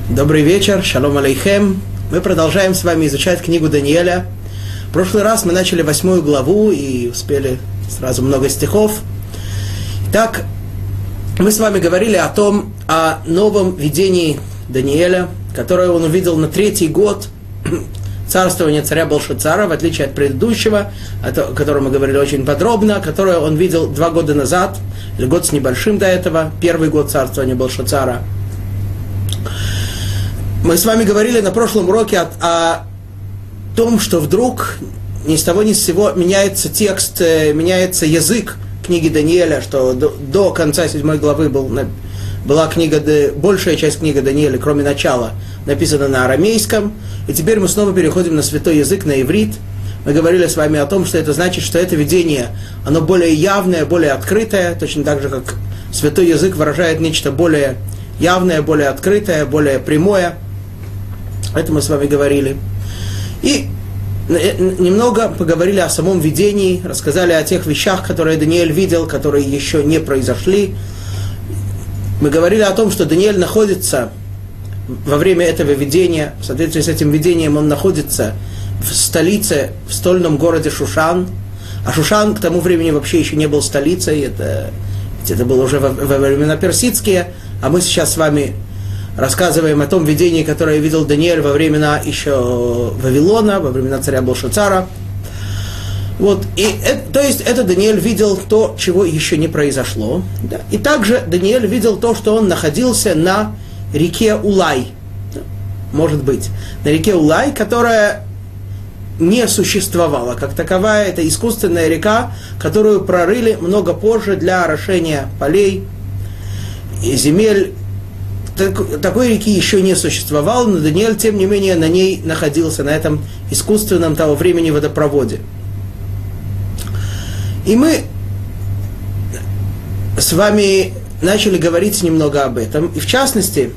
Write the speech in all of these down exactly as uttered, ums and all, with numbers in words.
Добрый вечер, шалом алейхем. Мы продолжаем с вами изучать книгу Даниэля. В прошлый раз мы начали восьмую главу и успели сразу много стихов. Итак, мы с вами говорили о том, о новом видении Даниэля, которое он увидел на третий год царствования царя Белшацара, в отличие от предыдущего, о котором мы говорили очень подробно, которое он видел два года назад, или год с небольшим до этого, первый год царствования Белшацара. Мы с вами говорили на прошлом уроке о, о том, что вдруг ни с того ни с сего меняется текст, меняется язык книги Даниэля, что до, до конца седьмой главы был, была книга, большая часть книги Даниэля, кроме начала, написана на арамейском, и теперь мы снова переходим на святой язык, на иврит. Мы говорили с вами о том, что это значит, что это видение, оно более явное, более открытое, точно так же, как святой язык выражает нечто более явное, более открытое, более прямое. Это мы с вами говорили. И немного поговорили о самом видении, рассказали о тех вещах, которые Даниэль видел, которые еще не произошли. Мы говорили о том, что Даниэль находится во время этого видения, в соответствии с этим видением он находится в столице, в стольном городе Шушан. А Шушан к тому времени вообще еще не был столицей, это, это было уже во, во времена персидские, а мы сейчас с вами рассказываем о том видении, которое видел Даниэль во времена еще Вавилона, во времена царя Белшацара. Вот, и это, то есть это Даниэль видел то, чего еще не произошло. Да. И также Даниэль видел то, что он находился на реке Улай. Да, может быть, на реке Улай, которая не существовала как таковая. Это искусственная река, которую прорыли много позже для орошения полей и земель. Такой реки еще не существовало, но Даниэль, тем не менее, на ней находился, на этом искусственном того времени водопроводе. И мы с вами начали говорить немного об этом. И в частности,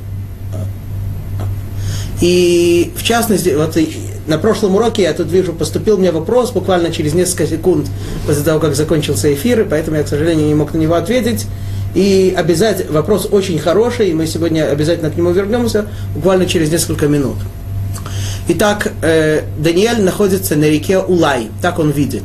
и в частности, вот на прошлом уроке я тут вижу, поступил мне вопрос буквально через несколько секунд после того, как закончился эфир, и поэтому я, к сожалению, не мог на него ответить. И обязательно, вопрос очень хороший, и мы сегодня обязательно к нему вернемся, буквально через несколько минут. Итак, э, Даниэль находится на реке Улай, так он видит.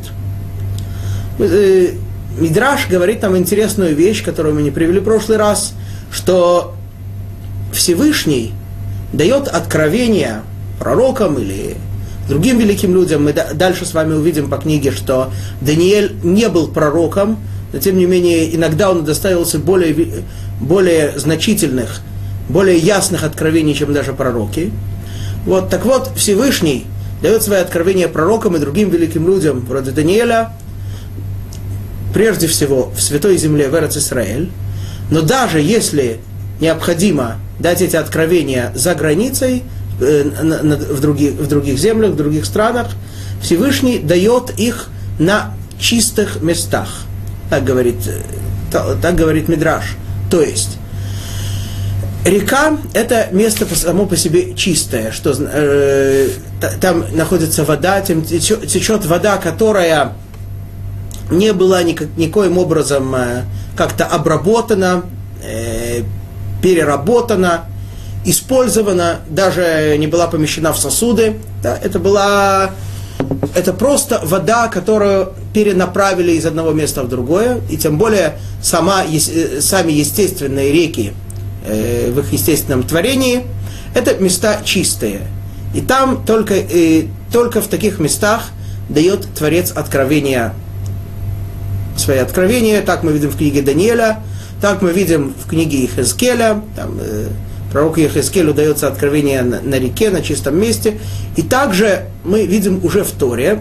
Э, Мидраш говорит нам интересную вещь, которую мы не привели в прошлый раз, что Всевышний дает откровение пророкам или другим великим людям. Мы дальше с вами увидим по книге, что Даниэль не был пророком, но тем не менее иногда он удостоился более, более значительных, более ясных откровений, чем даже пророки. Вот, так вот, Всевышний дает свои откровения пророкам и другим великим людям, вроде Даниэля, прежде всего в Святой Земле, в Эрец-Исраэль. Но даже если необходимо дать эти откровения за границей, э, на, на, в, других, в других землях, в других странах, Всевышний дает их на чистых местах. Так говорит, так, так говорит Мидраш. То есть, река – это место само по себе чистое, что э, там находится вода, там течет, течет вода, которая не была никак, никоим образом э, как-то обработана, э, переработана, использована, даже не была помещена в сосуды. Да, это была... Это просто вода, которую перенаправили из одного места в другое, и тем более сама, сами естественные реки э, в их естественном творении, это места чистые. И там только, э, только в таких местах дает Творец откровения, свои откровения. Так мы видим в книге Даниэля, так мы видим в книге Иехескеля, там, э, пророку Иехескелю дается откровение на, на реке, на чистом месте. И также мы видим уже в Торе,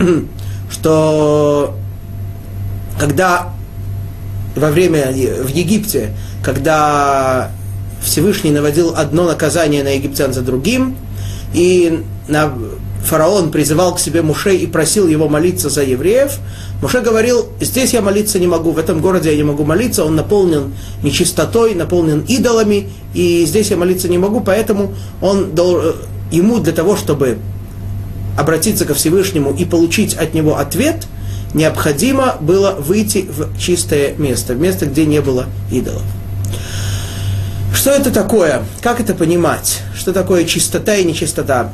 что когда во время в Египте, когда Всевышний наводил одно наказание на египтян за другим, и на, фараон призывал к себе Моше и просил его молиться за евреев, Моше говорил: здесь я молиться не могу, в этом городе я не могу молиться, он наполнен нечистотой, наполнен идолами, и здесь я молиться не могу, поэтому он дал, ему для того, чтобы обратиться ко Всевышнему и получить от него ответ, необходимо было выйти в чистое место, в место, где не было идолов. Что это такое? Как это понимать? Что такое чистота и нечистота?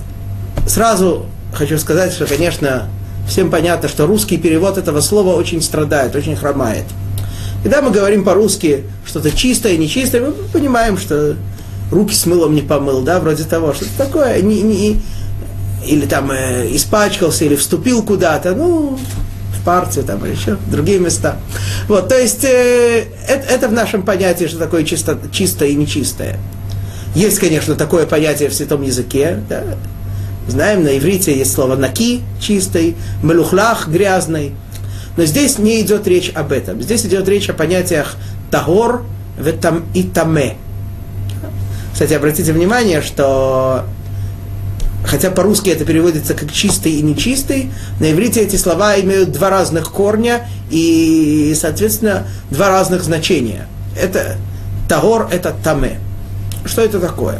Сразу хочу сказать, что, конечно, всем понятно, что русский перевод этого слова очень страдает, очень хромает. Когда мы говорим по-русски что-то чистое и нечистое, мы понимаем, что руки с мылом не помыл, да, вроде того, что-то такое, не, не, или там э, испачкался, или вступил куда-то, ну, в партию там, или еще, в другие места. Вот, то есть, э, это, это в нашем понятии, что такое чисто, чистое и нечистое. Есть, конечно, такое понятие в святом языке, да. Знаем, на иврите есть слово «наки» – чистый, «мелухлах» – грязный. Но здесь не идет речь об этом. Здесь идет речь о понятиях «тагор» и «таме». Кстати, обратите внимание, что, хотя по-русски это переводится как «чистый» и «нечистый», на иврите эти слова имеют два разных корня и, соответственно, два разных значения. Это «тагор» – это «таме». Что это такое?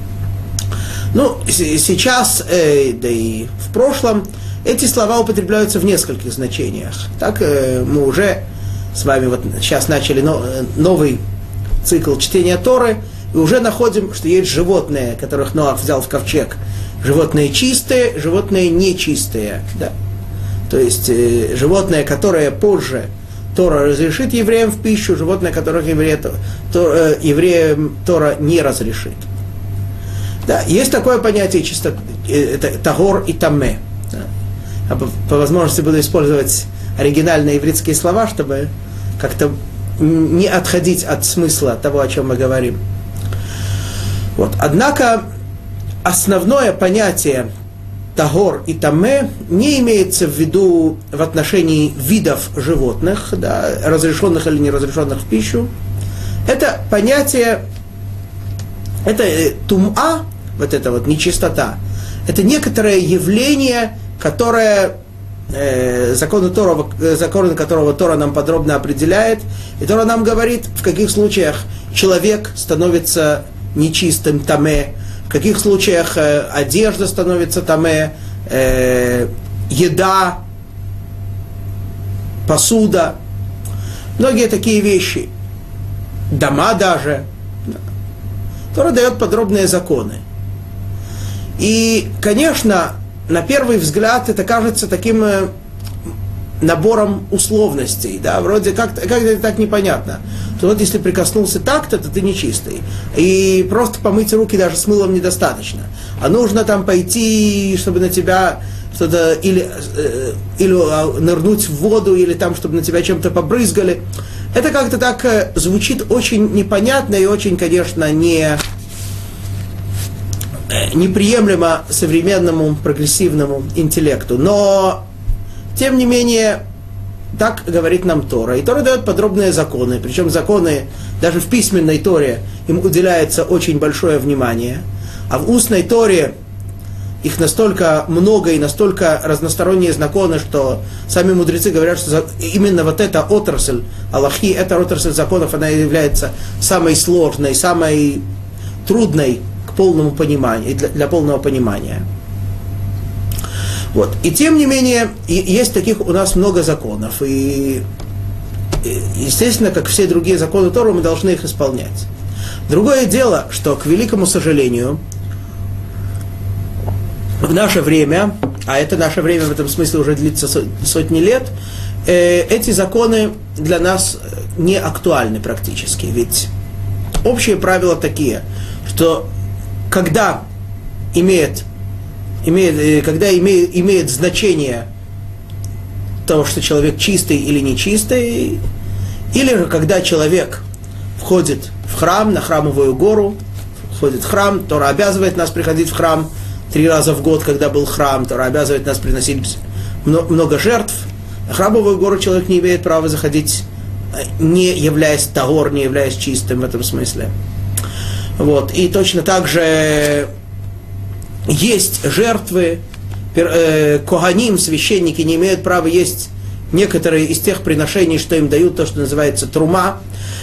Ну, сейчас, э, да и в прошлом, эти слова употребляются в нескольких значениях. Так э, мы уже с вами вот сейчас начали но, новый цикл чтения Торы, и уже находим, что есть животные, которых Ноах взял в ковчег. Животные чистые, животные нечистые. Да. То есть э, животные, которые позже Тора разрешит евреям в пищу, животные, которых евреи, то, то, э, евреям Тора не разрешит. Да, есть такое понятие чисто, это тагор и таме. Да. А по, по возможности буду использовать оригинальные ивритские слова, чтобы как-то не отходить от смысла того, о чем мы говорим. Вот. Однако основное понятие тагор и таме не имеется в виду в отношении видов животных, да, разрешенных или не разрешенных в пищу. Это понятие, это тума, вот эта вот нечистота, это некоторое явление, которое э, законы, Тора, законы которого Тора нам подробно определяет, и Тора нам говорит, в каких случаях человек становится нечистым, таме, в каких случаях э, одежда становится таме, э, еда, посуда, многие такие вещи, дома даже. Тора дает подробные законы. И, конечно, на первый взгляд это кажется таким э, набором условностей, да, вроде как, как это так непонятно. То вот если прикоснулся так-то, то ты нечистый. И просто помыть руки даже с мылом недостаточно. А нужно там пойти, чтобы на тебя что-то, или, э, или нырнуть в воду, или там, чтобы на тебя чем-то побрызгали. Это как-то так э, звучит очень непонятно и очень, конечно, не... неприемлемо современному прогрессивному интеллекту. Но, тем не менее, так говорит нам Тора. И Тора дает подробные законы. Причем законы, даже в письменной Торе, им уделяется очень большое внимание. А в устной Торе их настолько много и настолько разносторонние законы, что сами мудрецы говорят, что именно вот эта отрасль алахи, эта отрасль законов, она является самой сложной, самой трудной к полному пониманию, для, для полного понимания. Вот. И тем не менее, есть таких у нас много законов. И, естественно, как все другие законы Торы, мы должны их исполнять. Другое дело, что, к великому сожалению, в наше время, а это наше время в этом смысле уже длится сотни лет, э, эти законы для нас не актуальны практически. Ведь общие правила такие, что когда имеет, имеет, когда имеет, имеет значение того, что человек чистый или нечистый, или же когда человек входит в храм, на храмовую гору, входит в храм, Тора обязывает нас приходить в храм три раза в год, когда был храм, Тора обязывает нас приносить много жертв. На храмовую гору человек не имеет права заходить, не являясь тагор, не являясь чистым в этом смысле. Вот. И точно так же есть жертвы, э, коганим, священники, не имеют права есть некоторые из тех приношений, что им дают, то, что называется трума.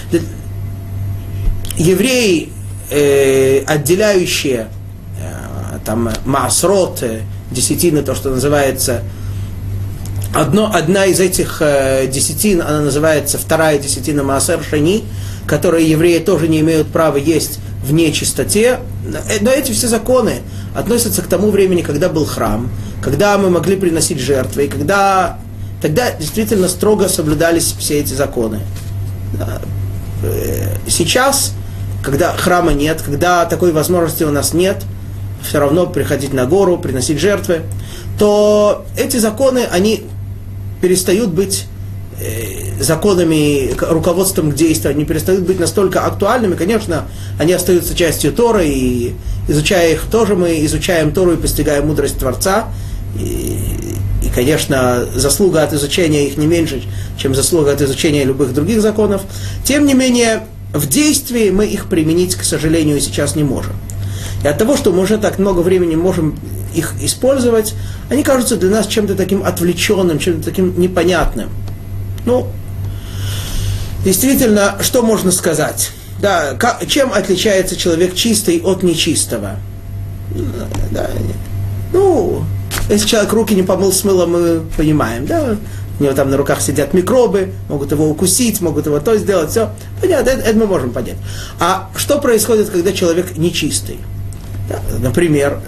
Евреи, э, отделяющие э, там маасрот, э, десятины, то, что называется, одно, одна из этих э, десятин, она называется вторая десятина маасер шени, которые евреи тоже не имеют права есть в нечистоте. Но эти все законы относятся к тому времени, когда был храм, когда мы могли приносить жертвы, и когда тогда действительно строго соблюдались все эти законы. Сейчас, когда храма нет, когда такой возможности у нас нет, все равно приходить на гору, приносить жертвы, то эти законы, они перестают быть э, законами, руководством к действию, они перестают быть настолько актуальными. Конечно, они остаются частью Торы, и изучая их тоже, мы изучаем Тору и постигаем мудрость Творца. И, и, конечно, заслуга от изучения их не меньше, чем заслуга от изучения любых других законов. Тем не менее, в действии мы их применить, к сожалению, сейчас не можем. И от того, что мы уже так много времени можем их использовать, они кажутся для нас чем-то таким отвлеченным, чем-то таким непонятным. Ну, действительно, что можно сказать? Да, как, чем отличается человек чистый от нечистого? Да, ну, если человек руки не помыл с мылом, мы понимаем, да? У него там на руках сидят микробы, могут его укусить, могут его то сделать, все. Понятно, это, это мы можем понять. А что происходит, когда человек нечистый? Да, например,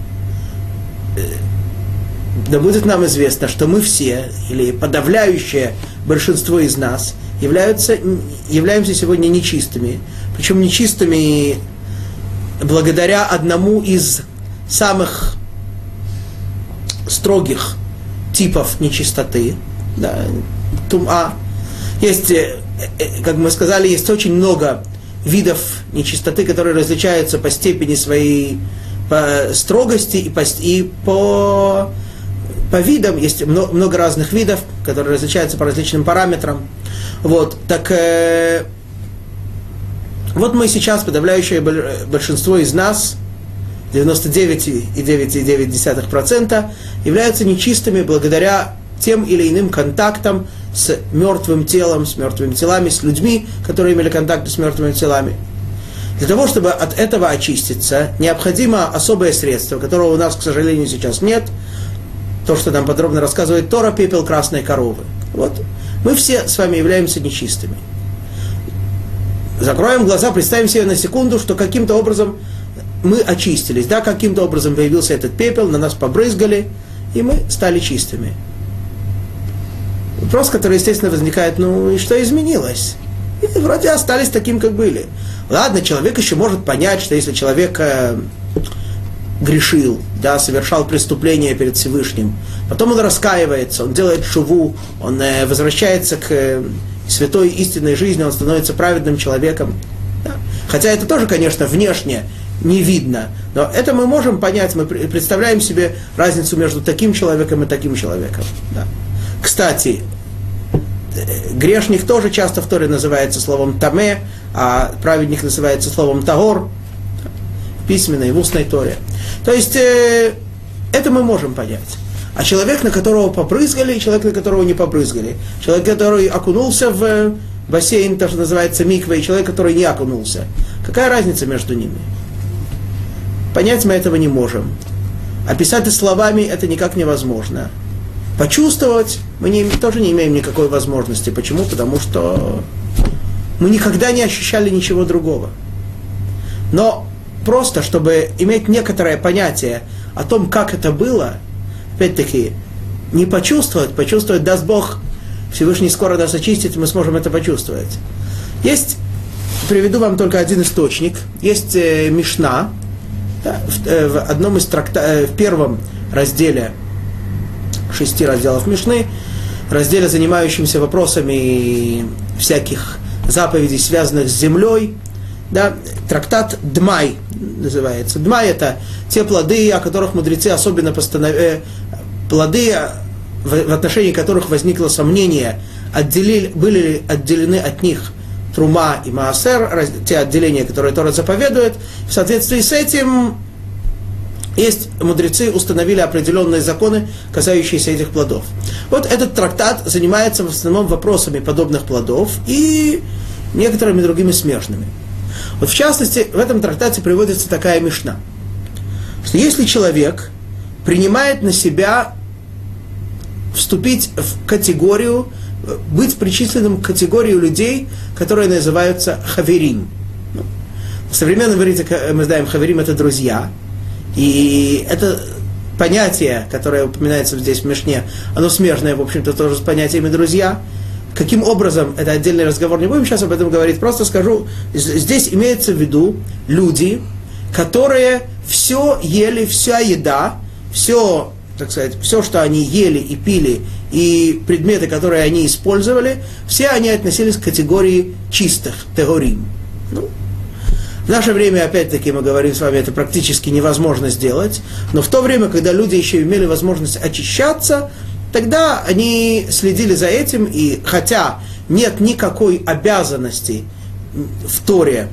да будет нам известно, что мы все, или подавляющее большинство из нас, являются, являемся сегодня нечистыми. Причем нечистыми благодаря одному из самых строгих типов нечистоты. Да, тума. Есть, как мы сказали, есть очень много видов нечистоты, которые различаются по степени своей по строгости и по, и по, по видам. Есть много, много разных видов, которые различаются по различным параметрам. Вот, так э, вот мы сейчас, подавляющее большинство из нас, девяносто девять целых девять десятых процента, являются нечистыми благодаря тем или иным контактам с мертвым телом, с мертвыми телами, с людьми, которые имели контакты с мертвыми телами. Для того, чтобы от этого очиститься, необходимо особое средство, которого у нас, к сожалению, сейчас нет. То, что нам подробно рассказывает Тора, пепел красной коровы. Вот. Мы все с вами являемся нечистыми. Закроем глаза, представим себе на секунду, что каким-то образом мы очистились, да, каким-то образом появился этот пепел, на нас побрызгали, и мы стали чистыми. Вопрос, который, естественно, возникает, ну и что изменилось? И вроде остались таким, как были. Ладно, человек еще может понять, что если человек э, грешил, да, совершал преступление перед Всевышним, потом он раскаивается, он делает шуву, он э, возвращается к э, святой истинной жизни, он становится праведным человеком. Да. Хотя это тоже, конечно, внешне не видно, но это мы можем понять, мы представляем себе разницу между таким человеком и таким человеком. Да. Кстати, грешник тоже часто в Торе называется словом «таме», а праведник называется словом «тагор» в письменной и в устной Торе. То есть, э, это мы можем понять. А человек, на которого побрызгали, и человек, на которого не побрызгали. Человек, который окунулся в бассейн, то, что называется микве, и человек, который не окунулся. Какая разница между ними? Понять мы этого не можем. Описать это словами это никак невозможно. Почувствовать мы не, тоже не имеем никакой возможности. Почему? Потому что мы никогда не ощущали ничего другого. Но просто, чтобы иметь некоторое понятие о том, как это было, опять-таки, не почувствовать, почувствовать, даст Бог, Всевышний скоро нас очистит, мы сможем это почувствовать. Есть, приведу вам только один источник, есть э, Мишна, да, в, э, в одном из тракта, э, в первом разделе шести разделов Мишны, разделе, занимающемся вопросами всяких заповедей, связанных с землей, да, трактат Дмай называется. Дмай — это те плоды, о которых мудрецы особенно постановили, плоды, в, в отношении которых возникло сомнение, отделили, были ли отделены от них Трума и Маасер, раз, те отделения, которые Тора заповедует. В соответствии с этим есть мудрецы установили определенные законы, касающиеся этих плодов. Вот этот трактат занимается в основном вопросами подобных плодов и некоторыми другими смежными. Вот в частности, в этом трактате приводится такая мишна, что если человек принимает на себя вступить в категорию быть причисленным к категории людей, которые называются хаверим. Ну, в современном иврите мы знаем, хаверим — это друзья. И это понятие, которое упоминается здесь в Мишне, оно смежное, в общем-то, тоже с понятиями друзья. Каким образом, это отдельный разговор, не будем сейчас об этом говорить, просто скажу, здесь имеется в виду люди, которые все ели, вся еда, все, так сказать, все, что они ели и пили, и предметы, которые они использовали, все они относились к категории чистых, тегорим. Ну, в наше время, опять-таки, мы говорим с вами, это практически невозможно сделать, но в то время, когда люди еще имели возможность очищаться, тогда они следили за этим, и хотя нет никакой обязанности в Торе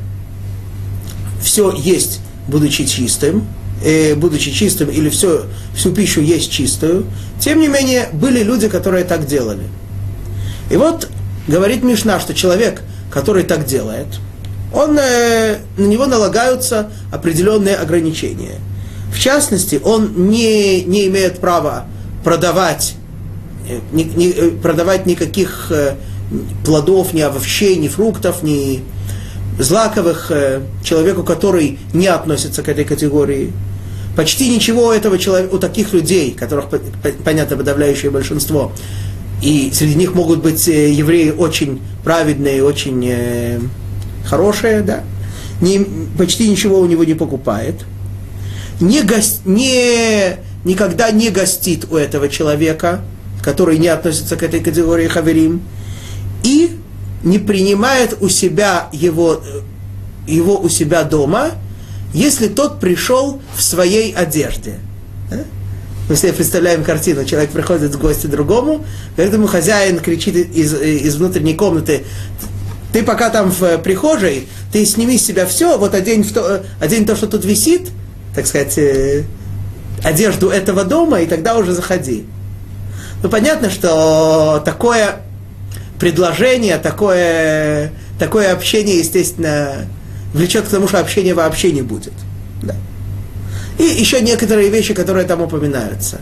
все есть, будучи чистым, э, будучи чистым или все, всю пищу есть чистую, тем не менее были люди, которые так делали. И вот говорит Мишна, что человек, который так делает, он, э, на него налагаются определенные ограничения. В частности, он не, не имеет права продавать, э, не, не, продавать никаких э, плодов, ни овощей, ни фруктов, ни злаковых э, человеку, который не относится к этой категории. Почти ничего этого человека, у таких людей, которых, понятно, подавляющее большинство, и среди них могут быть э, евреи очень праведные, очень э, хорошие, да, не, почти ничего у него не покупает, не гост, не, никогда не гостит у этого человека, который не относится к этой категории хаверим, и не принимает у себя его, его у себя дома, если тот пришел в своей одежде. Мы себе представляем картину, человек приходит в гости другому, говорит ему, хозяин кричит из, из внутренней комнаты: ты пока там в прихожей, ты сними с себя все, вот одень, в то, одень то, что тут висит, так сказать, э, одежду этого дома, и тогда уже заходи. Ну, понятно, что такое предложение, такое, такое общение, естественно, влечет к тому, что общения вообще не будет. Да. И еще некоторые вещи, которые там упоминаются.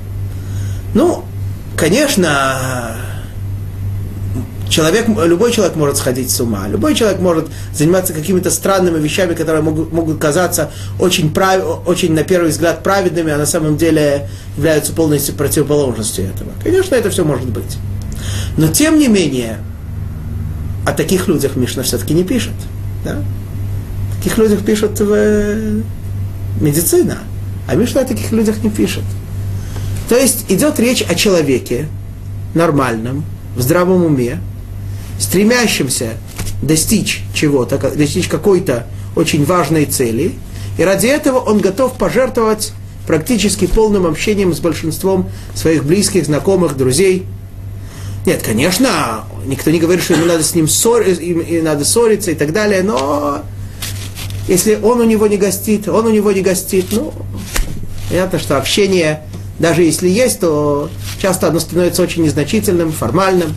Ну, конечно, человек, любой человек может сходить с ума, любой человек может заниматься какими-то странными вещами, которые могут, могут казаться очень, прав, очень, на первый взгляд, праведными, а на самом деле являются полностью противоположностью этого. Конечно, это все может быть. Но, тем не менее, о таких людях Мишна все-таки не пишет. Да? О таких людях пишет в медицина, а Мишна о таких людях не пишет. То есть идет речь о человеке нормальном, в здравом уме, стремящимся достичь чего-то, достичь какой-то очень важной цели, и ради этого он готов пожертвовать практически полным общением с большинством своих близких, знакомых, друзей. Нет, конечно, никто не говорит, что ему надо с ним ссориться, и надо ссориться и так далее, но если он у него не гостит, он у него не гостит, ну, понятно, что общение, даже если есть, то часто оно становится очень незначительным, формальным.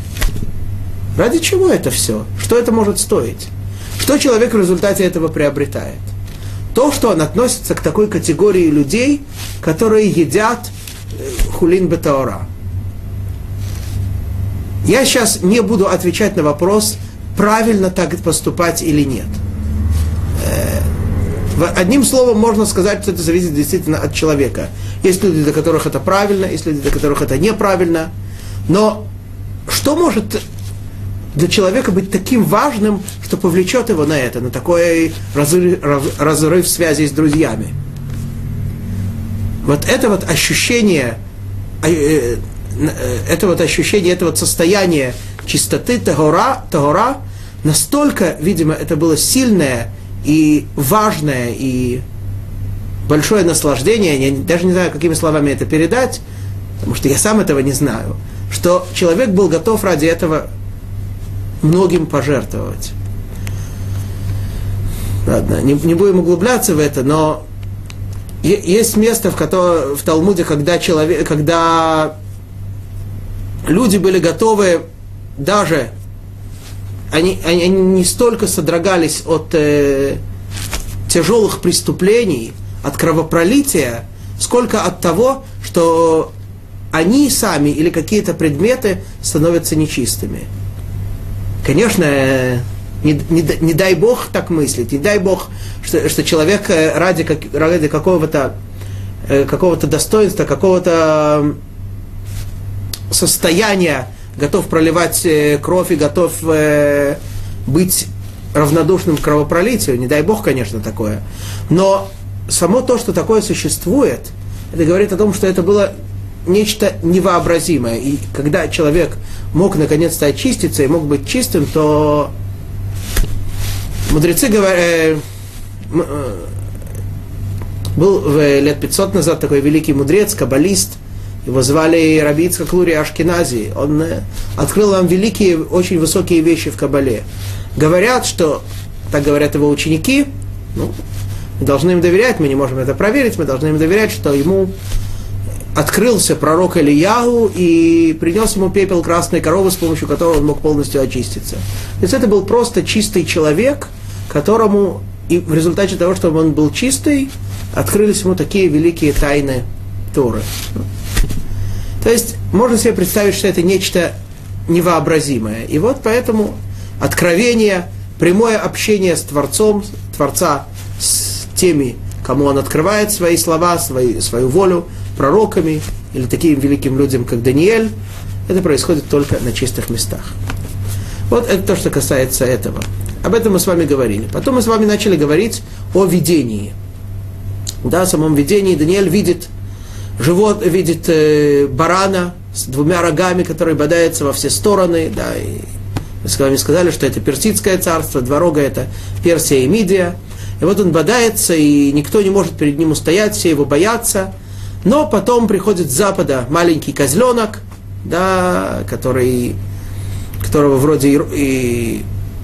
Ради чего это все? Что это может стоить? Что человек в результате этого приобретает? То, что он относится к такой категории людей, которые едят хулин бетаора. Я сейчас не буду отвечать на вопрос, правильно так поступать или нет. Одним словом можно сказать, что это зависит действительно от человека. Есть люди, для которых это правильно, есть люди, для которых это неправильно. Но что может для человека быть таким важным, что повлечет его на это, на такой разрыв, разрыв связи с друзьями? Вот это вот ощущение, это вот ощущение, это вот состояние чистоты, тагора, тагора, настолько, видимо, это было сильное и важное, и большое наслаждение, я даже не знаю, какими словами это передать, потому что я сам этого не знаю, что человек был готов ради этого многим пожертвовать. Ладно, не, не будем углубляться в это, но есть место в, котором, в Талмуде, когда, человек, когда люди были готовы даже, они, они, они не столько содрогались от э, тяжелых преступлений, от кровопролития, сколько от того, что они сами или какие-то предметы становятся нечистыми. Конечно, не, не, не дай Бог так мыслить, не дай Бог, что, что человек ради, как, ради какого-то, какого-то достоинства, какого-то состояния готов проливать кровь и готов быть равнодушным к кровопролитию. Не дай Бог, конечно, такое. Но само то, что такое существует, это говорит о том, что это было нечто невообразимое. И когда человек мог наконец-то очиститься и мог быть чистым, то мудрецы говорят, был лет пятьсот назад такой великий мудрец, каббалист, его звали Раби Ицхак Лури Ашкенази. Он открыл нам великие, очень высокие вещи в Каббале. Говорят, что, так говорят его ученики, ну, мы должны им доверять, мы не можем это проверить, мы должны им доверять, что ему открылся пророк Ильяху и принес ему пепел красной коровы, с помощью которого он мог полностью очиститься. То есть это был просто чистый человек, которому, и в результате того, что он был чистый, открылись ему такие великие тайны Торы. То есть можно себе представить, что это нечто невообразимое. И вот поэтому откровение, прямое общение с Творцом, Творца с теми, кому он открывает свои слова, свои, свою волю, пророками или таким великим людям, как Даниэль, это происходит только на чистых местах. Вот это то, что касается этого. Об этом мы с вами говорили. Потом мы с вами начали говорить о видении. Да, в самом видении Даниэль видит живот, видит э, барана с двумя рогами, который бодается во все стороны. Да, и мы с вами сказали, что это персидское царство, два рога это Персия и Мидия. И вот он бодается, и никто не может перед ним устоять, все его боятся. Но потом приходит с запада маленький козленок, да, который, которого вроде и, и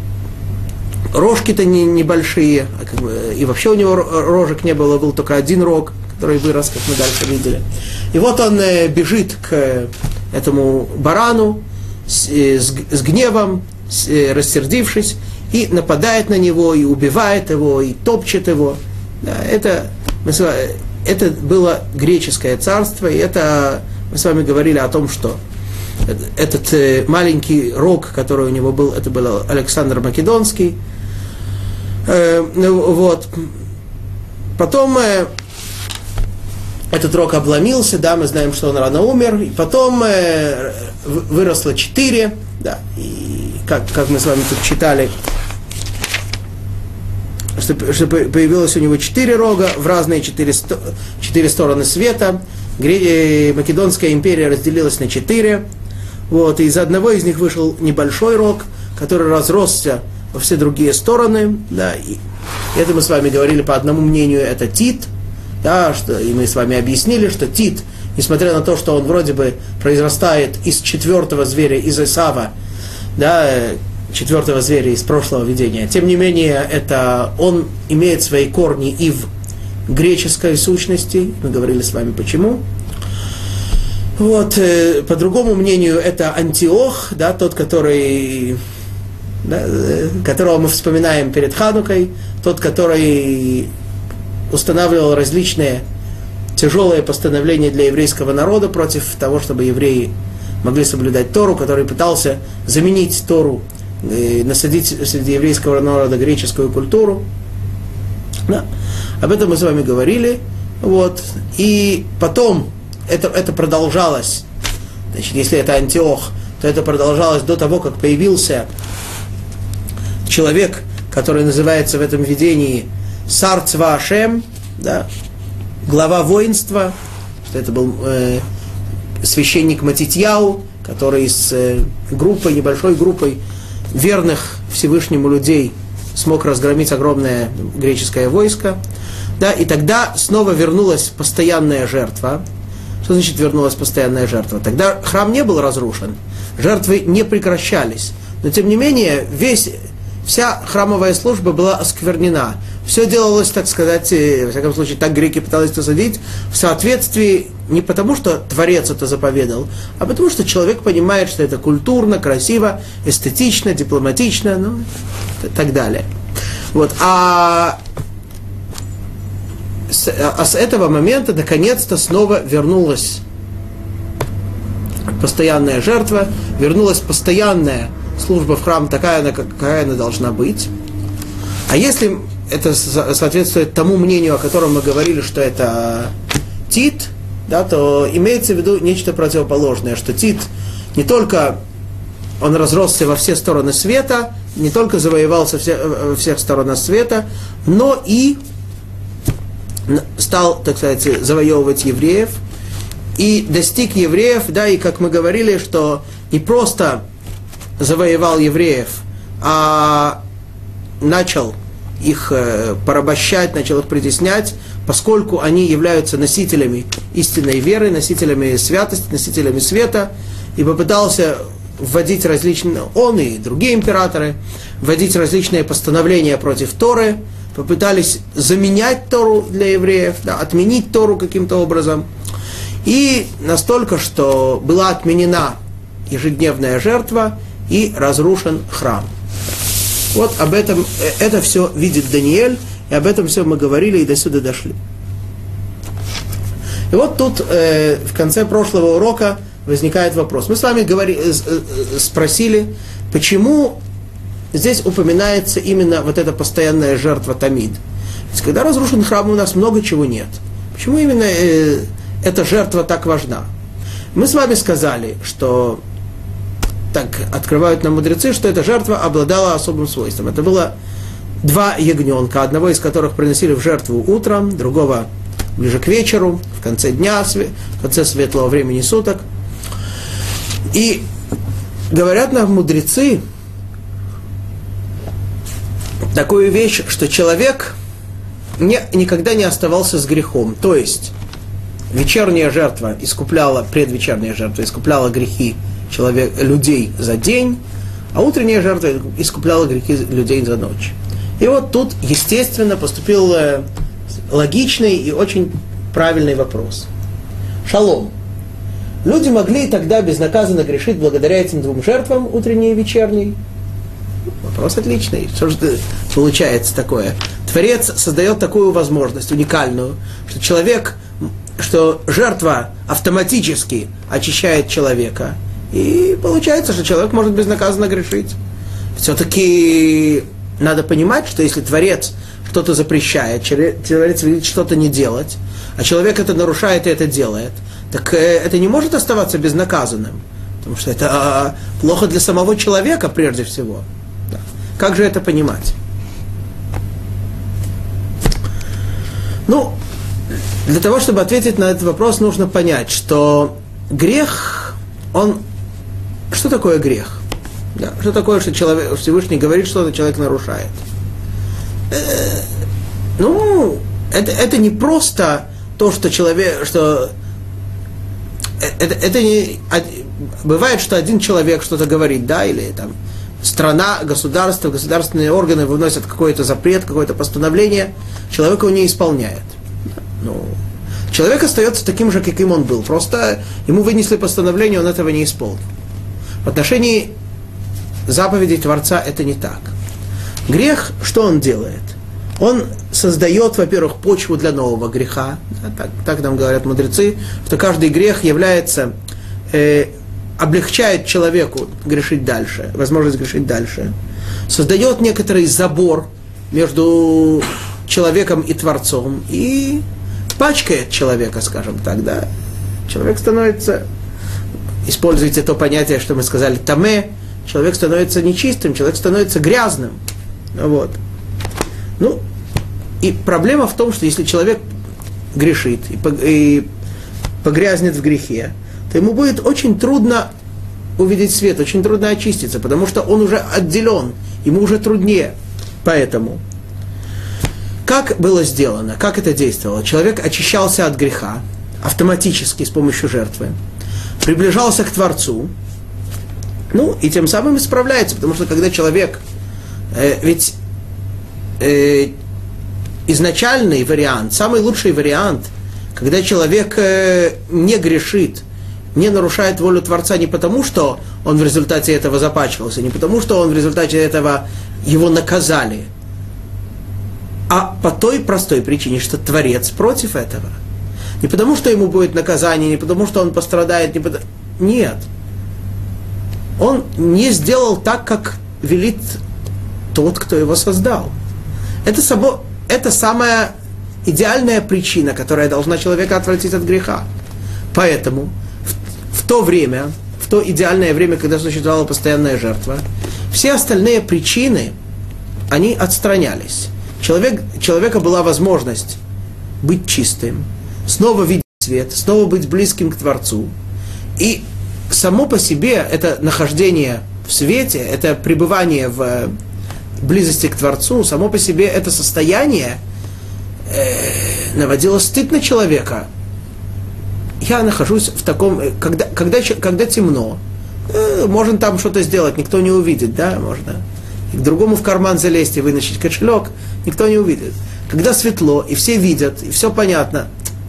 рожки-то не, небольшие, а как бы, и вообще у него рожек не было, был только один рог, который вырос, как мы дальше видели. И вот он э, бежит к этому барану с, э, с, с гневом, с, э, рассердившись, и нападает на него, и убивает его, и топчет его. Да, это, мы, это было греческое царство, и это мы с вами говорили о том, что этот э, маленький рог, который у него был, это был Александр Македонский. Э, вот. Потом э, этот рог обломился, да, мы знаем, что он рано умер, и потом э, выросло четыре, да, и как, как мы с вами тут читали, что, что появилось у него четыре рога в разные четыре, четыре стороны света. Македонская империя разделилась на четыре. Вот, и из одного из них вышел небольшой рог, который разросся во все другие стороны. Да, и это мы с вами говорили, по одному мнению, это Тит. Да, что, и мы с вами объяснили, что Тит, несмотря на то, что он вроде бы произрастает из четвертого зверя, из Исава, да, четвертого зверя из прошлого видения, тем не менее, это, он имеет свои корни и в греческой сущности. Мы говорили с вами почему. Вот, э, по другому мнению, это Антиох, да, тот, который, да, э, которого мы вспоминаем перед Ханукой, тот, который устанавливал различные тяжелые постановления для еврейского народа против того, чтобы евреи могли соблюдать Тору, который пытался заменить Тору, э, насадить среди еврейского народа греческую культуру. Да. Об этом мы с вами говорили. Вот. И потом это, это продолжалось. Значит, если это Антиох, то это продолжалось до того, как появился человек, который называется в этом видении Сар Цва Ашем, да, глава воинства, что это был э, священник Матитьяу, который с э, группой, небольшой группой верных Всевышнему людей смог разгромить огромное греческое войско. Да, и тогда снова вернулась постоянная жертва. Что значит вернулась постоянная жертва? Тогда храм не был разрушен, жертвы не прекращались. Но тем не менее, весь, вся храмовая служба была осквернена. Все делалось, так сказать, во всяком случае, так греки пытались посадить, в соответствии не потому, что Творец это заповедал, а потому, что человек понимает, что это культурно, красиво, эстетично, дипломатично, ну, и так далее. Вот. А с, а с этого момента наконец-то снова вернулась постоянная жертва, вернулась постоянная служба в храм такая, какая она должна быть. А если это соответствует тому мнению, о котором мы говорили, что это Тит, да, то имеется в виду нечто противоположное, что Тит не только он разросся во все стороны света, не только завоевал со все, во всех сторонах света, но и стал, так сказать, завоевывать евреев, и достиг евреев, да, и как мы говорили, что не просто завоевал евреев, а начал их порабощать, начал их притеснять, поскольку они являются носителями истинной веры, носителями святости, носителями света, и попытался вводить различные, он и другие императоры, вводить различные постановления против Торы, попытались заменять Тору для евреев, да, отменить Тору каким-то образом. И настолько, что была отменена ежедневная жертва и разрушен храм. Вот об этом, это все видит Даниэль, и об этом все мы говорили и до сюда дошли. И вот тут э, в конце прошлого урока возникает вопрос. Мы с вами говори, э, э, спросили, почему здесь упоминается именно вот эта постоянная жертва Тамид. Ведь когда разрушен храм, у нас много чего нет. Почему именно э, эта жертва так важна? Мы с вами сказали, что так открывают нам мудрецы, что эта жертва обладала особым свойством. Это было два ягненка, одного из которых приносили в жертву утром, другого ближе к вечеру, в конце дня, в конце светлого времени суток. И говорят нам мудрецы такую вещь, что человек не, никогда не оставался с грехом. То есть вечерняя жертва искупляла, предвечерняя жертва искупляла грехи человек, людей за день, а утренняя жертва искупляла грехи людей за ночь. И вот тут, естественно, поступил логичный и очень правильный вопрос. Шалом. Люди могли тогда безнаказанно грешить благодаря этим двум жертвам, утренней и вечерней? Вопрос отличный. Что же получается такое? Творец создает такую возможность, уникальную, что человек, что жертва автоматически очищает человека. И получается, что человек может безнаказанно грешить. Все-таки надо понимать, что если Творец что-то запрещает, Творец велит что-то не делать, а человек это нарушает и это делает, так это не может оставаться безнаказанным. Потому что это плохо для самого человека прежде всего. Да. Как же это понимать? Ну, для того, чтобы ответить на этот вопрос, нужно понять, что грех, он... Что такое грех? Да, что такое, что человек, Всевышний говорит, что человек нарушает? Э, ну, это, это не просто то, что человек, что это, это не бывает, что один человек что-то говорит, да, или там страна, государство, государственные органы выносят какой-то запрет, какое-то постановление, человек его не исполняет. Ну, человек остается таким же, каким он был. Просто ему вынесли постановление, он этого не исполнил. В отношении заповедей Творца это не так. Грех, что он делает? Он создает, во-первых, почву для нового греха. Так, так нам говорят мудрецы, что каждый грех является, э, облегчает человеку грешить дальше, возможность грешить дальше. Создает некоторый забор между человеком и Творцом и пачкает человека, скажем так, да. Человек становится... Используйте то понятие, что мы сказали, таме, человек становится нечистым, человек становится грязным. Вот. Ну, и проблема в том, что если человек грешит и погрязнет в грехе, то ему будет очень трудно увидеть свет, очень трудно очиститься, потому что он уже отделен, ему уже труднее. Поэтому, как было сделано, как это действовало? Человек очищался от греха автоматически с помощью жертвы, приближался к Творцу, ну, и тем самым исправляется, потому что когда человек, э, ведь э, изначальный вариант, самый лучший вариант, когда человек э, не грешит, не нарушает волю Творца не потому, что он в результате этого запачкался, не потому, что он в результате этого его наказали, а по той простой причине, что Творец против этого. Не потому, что ему будет наказание, не потому, что он пострадает, не потому... нет. Он не сделал так, как велит тот, кто его создал. Это, само, это самая идеальная причина, которая должна человека отвратить от греха. Поэтому в, в то время, в то идеальное время, когда существовала постоянная жертва, все остальные причины, они отстранялись. Человек, человека была возможность быть чистым, снова видеть свет, снова быть близким к Творцу. И само по себе это нахождение в свете, это пребывание в близости к Творцу, само по себе это состояние э, наводило стыд на человека. Я нахожусь в таком, когда, когда, когда темно, э, можно там что-то сделать, никто не увидит, да, можно и к другому в карман залезть и вытащить кошелек, никто не увидит. Когда светло, и все видят, и все понятно,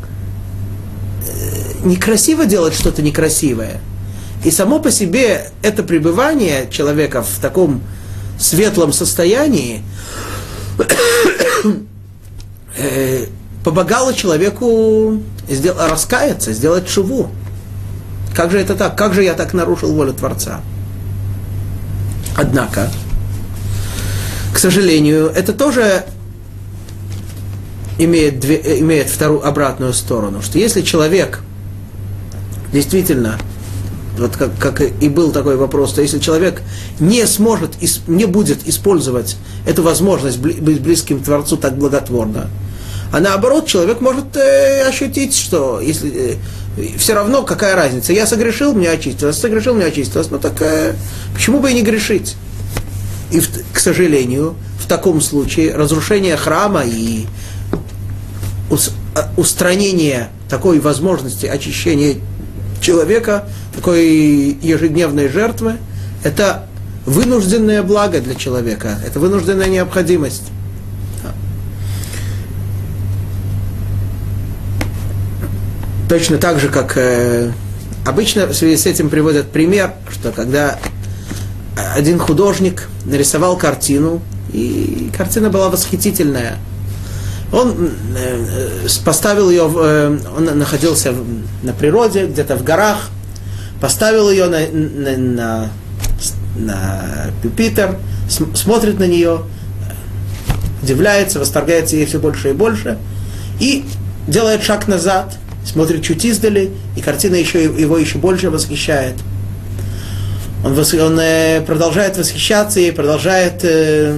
э, некрасиво делать что-то некрасивое. И само по себе это пребывание человека в таком светлом состоянии э, помогало человеку сдел- раскаяться, сделать шуву. Как же это так? Как же я так нарушил волю Творца? Однако, к сожалению, это тоже имеет, две, имеет вторую обратную сторону, что если человек действительно, вот как, как и был такой вопрос, то если человек не сможет, не будет использовать эту возможность быть близким к Творцу так благотворно, а наоборот, человек может э, ощутить, что если э, все равно какая разница, я согрешил, мне очистилось, согрешил, мне очистилось, ну так э, почему бы и не грешить? И, в, к сожалению, в таком случае разрушение храма и ус, устранение такой возможности очищения человека, такой ежедневной жертвы, это вынужденное благо для человека, это вынужденная необходимость. Точно так же, как э, обычно в связи с этим приводят пример, что когда один художник нарисовал картину, и картина была восхитительная, он э, поставил ее, в, э, он находился в, на природе, где-то в горах, поставил ее на, на, на, на пюпитр, см, смотрит на нее, удивляется, восторгается ей все больше и больше, и делает шаг назад, смотрит чуть издали, и картина еще, его еще больше восхищает. Он, вос, он э, продолжает восхищаться ей, продолжает э,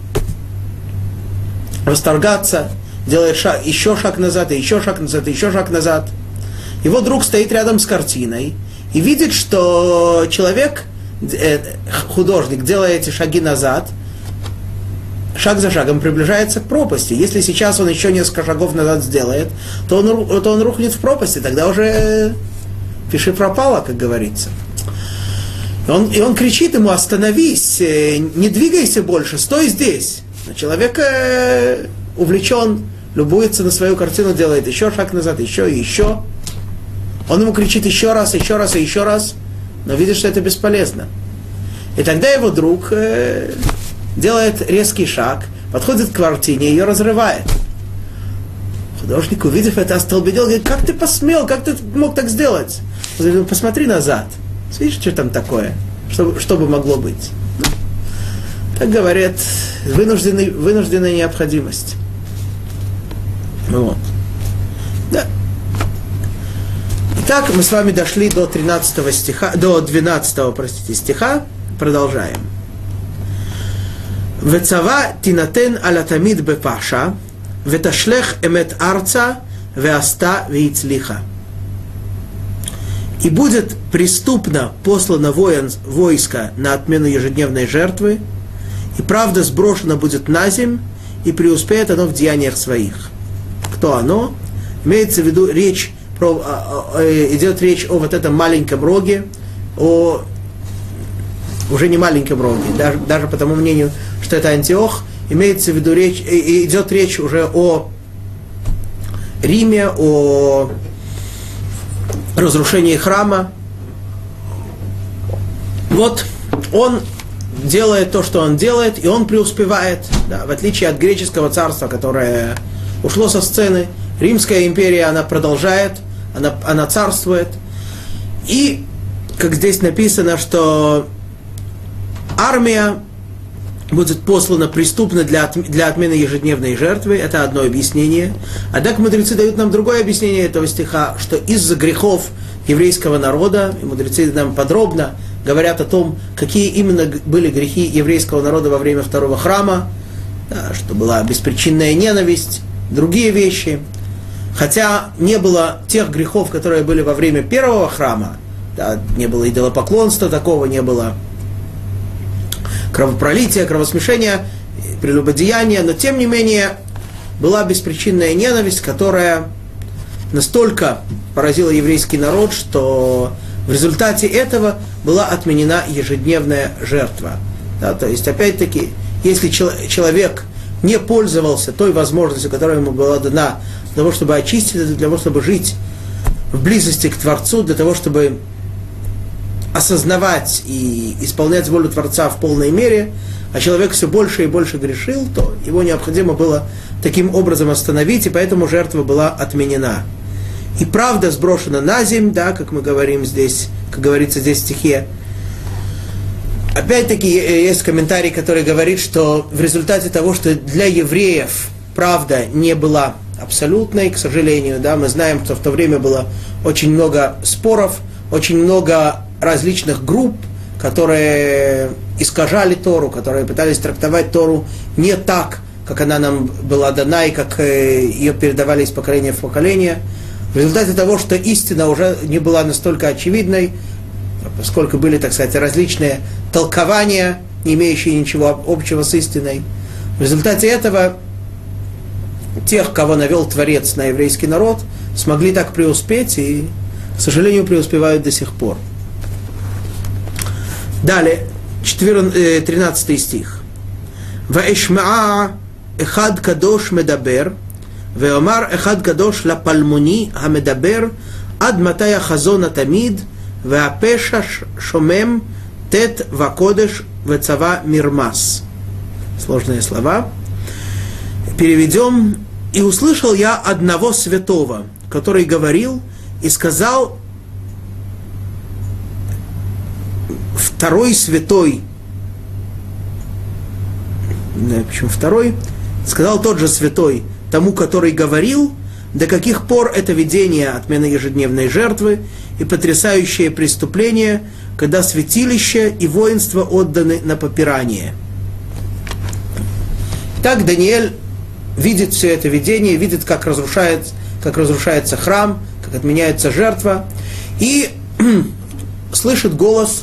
восторгаться, делает шаг, еще шаг назад, и еще шаг назад, и еще шаг назад. Его друг стоит рядом с картиной и видит, что человек, э, художник, делая эти шаги назад, шаг за шагом приближается к пропасти. Если сейчас он еще несколько шагов назад сделает, то он, то он рухнет в пропасти, тогда уже пиши пропало, как говорится. И он, и он кричит ему: остановись, не двигайся больше, стой здесь. Но человек э, увлечен, любуется на свою картину, делает еще шаг назад, еще и еще. Он ему кричит еще раз, еще раз и еще раз, но видит, что это бесполезно. И тогда его друг э, делает резкий шаг, подходит к картине и ее разрывает. Художник, увидев это, остолбенел, говорит: как ты посмел, как ты мог так сделать? Он говорит: посмотри назад, видишь, что там такое, что, что бы могло быть. Так говорят, вынужденный, вынужденная необходимость. Вот. Да. Итак, мы с вами дошли до тринадцатого стиха, до двенадцатого, простите, стиха. Продолжаем. Вецава тинатен алатамид бепаша, веташлех эмет арца, веаста веицлиха. И будет преступно послано воин, войско на отмену ежедневной жертвы, и правда сброшена будет на земь, и преуспеет оно в деяниях своих. Кто оно? Имеется в виду речь, про, идет речь о вот этом маленьком роге, о уже не маленьком роге, даже, даже по тому мнению, что это Антиох, имеется в виду речь, идет речь уже о Риме, о разрушении храма. Вот он делает то, что он делает, и он преуспевает, да, в отличие от греческого царства, которое ушло со сцены. Римская империя, она продолжает, она, она царствует. И как здесь написано, что армия будет послана преступно для, от, для отмены ежедневной жертвы. Это одно объяснение. Однако мудрецы дают нам другое объяснение этого стиха, что из-за грехов еврейского народа, и мудрецы нам подробно говорят о том, какие именно были грехи еврейского народа во время второго храма, да, что была беспричинная ненависть, другие вещи. Хотя не было тех грехов, которые были во время первого храма, да, не было идолопоклонства такого, не было кровопролития, кровосмешения, прелюбодеяния, но тем не менее была беспричинная ненависть, которая настолько поразила еврейский народ, что в результате этого была отменена ежедневная жертва. Да, то есть, опять-таки, если человек не пользовался той возможностью, которая ему была дана для того, чтобы очиститься, для того, чтобы жить в близости к Творцу, для того, чтобы осознавать и исполнять волю Творца в полной мере, а человек все больше и больше грешил, то его необходимо было таким образом остановить, и поэтому жертва была отменена. И правда сброшена на земь, да, как мы говорим здесь, как говорится здесь в стихе. Опять-таки есть комментарий, который говорит, что в результате того, что для евреев правда не была абсолютной, к сожалению, да, мы знаем, что в то время было очень много споров, очень много различных групп, которые искажали Тору, которые пытались трактовать Тору не так, как она нам была дана и как ее передавали из поколения в поколение. В результате того, что истина уже не была настолько очевидной, поскольку были, так сказать, различные толкования, не имеющие ничего общего с истиной, в результате этого тех, кого навел Творец на еврейский народ, смогли так преуспеть и, к сожалению, преуспевают до сих пор. Далее, тринадцатый стих. «Ваэшмаа эхад кадош медабер, веомар эхад кадош лапальмуни хамедабер, ад матая хазона тамид, веапеша шомем тет вакодеш вецава мирмас». Сложные слова. Переведем. «И услышал я одного святого, который говорил и сказал: второй святой, да, почему второй, сказал тот же святой тому, который говорил, до каких пор это видение отмены ежедневной жертвы и потрясающее преступление, когда святилище и воинство отданы на попирание». Так Даниэль видит все это видение, видит, как, разрушает, как разрушается храм, как отменяется жертва, и слышит голос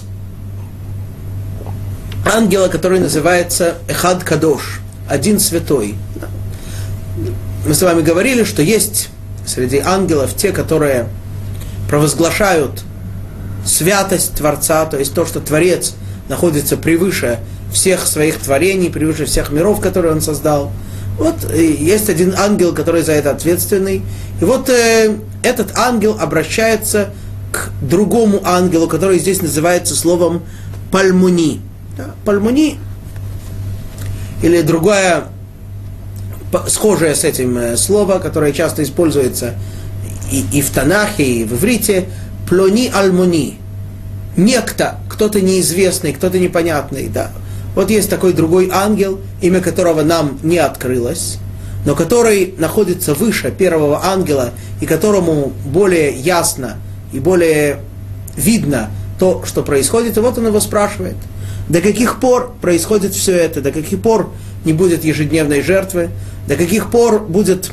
ангела, который называется Эхад Кадош, один святой. Мы с вами говорили, что есть среди ангелов те, которые провозглашают святость Творца, то есть то, что Творец находится превыше всех своих творений, превыше всех миров, которые Он создал. Вот есть один ангел, который за это ответственный. И вот э, этот ангел обращается к другому ангелу, который здесь называется словом пальмуни. Да, пальмуни, или другое схожее с этим э, слово, которое часто используется и, и в Танахе, и в иврите, плони альмуни. Некто, кто-то неизвестный, кто-то непонятный, да. Вот есть такой другой ангел, имя которого нам не открылось, но который находится выше первого ангела, и которому более ясно и более видно то, что происходит. И вот он его спрашивает: до каких пор происходит все это, до каких пор не будет ежедневной жертвы, до каких пор будет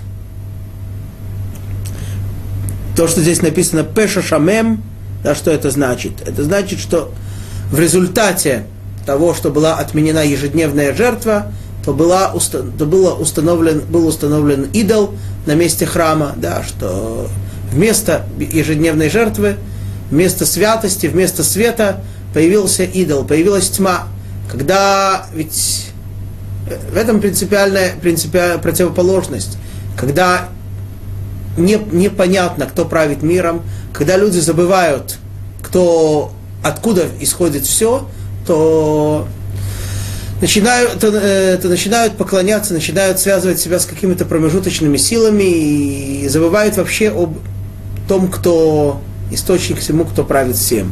то, что здесь написано «пеша шамем», да, что это значит? Это значит, что в результате того, что была отменена ежедневная жертва, то, была, то было установлен, был установлен идол на месте храма, да, что вместо ежедневной жертвы, вместо святости, вместо света появился идол, появилась тьма. Когда ведь в этом принципиальная, принципиальная противоположность, когда не, непонятно, кто правит миром, когда люди забывают, кто, откуда исходит все, то начинают, то, э, то начинают поклоняться, начинают связывать себя с какими-то промежуточными силами и забывают вообще об том, кто источник всему, кто правит всем.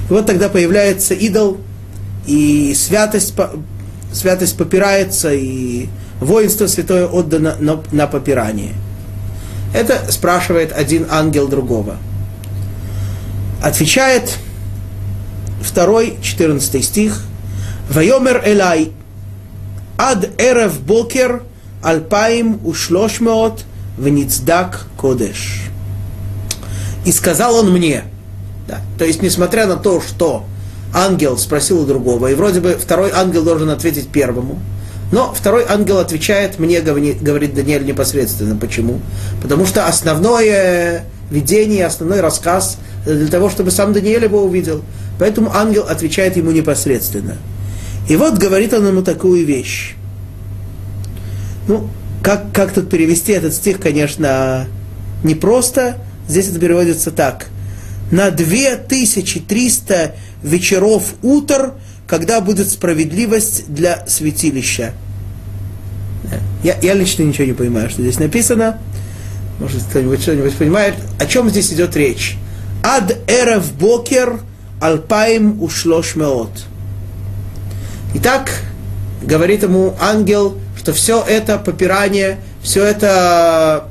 И вот тогда появляется идол, и святость, святость попирается, и воинство святое отдано на, на попирание. Это спрашивает один ангел другого. Отвечает второй, четырнадцатый стих. «Вайомер элай, ад эрев бокер, альпаим ушлошмеот, веницдак кодеш». И сказал он мне, да, то есть, несмотря на то, что ангел спросил у другого, и вроде бы второй ангел должен ответить первому, но второй ангел отвечает мне, говорит Даниэль непосредственно. Почему? Потому что основное видение, основной рассказ для того, чтобы сам Даниэль его увидел. Поэтому ангел отвечает ему непосредственно. И вот говорит он ему такую вещь. Ну, как, как тут перевести этот стих, конечно, непросто. Здесь это переводится так. На две тысячи триста вечеров утр, когда будет справедливость для святилища. Я, я лично ничего не понимаю, что здесь написано. Может, кто-нибудь что-нибудь понимает. О чем здесь идет речь? Ад эрев бокер альпаим ушлош меот. Итак, говорит ему ангел, что все это попирание, все это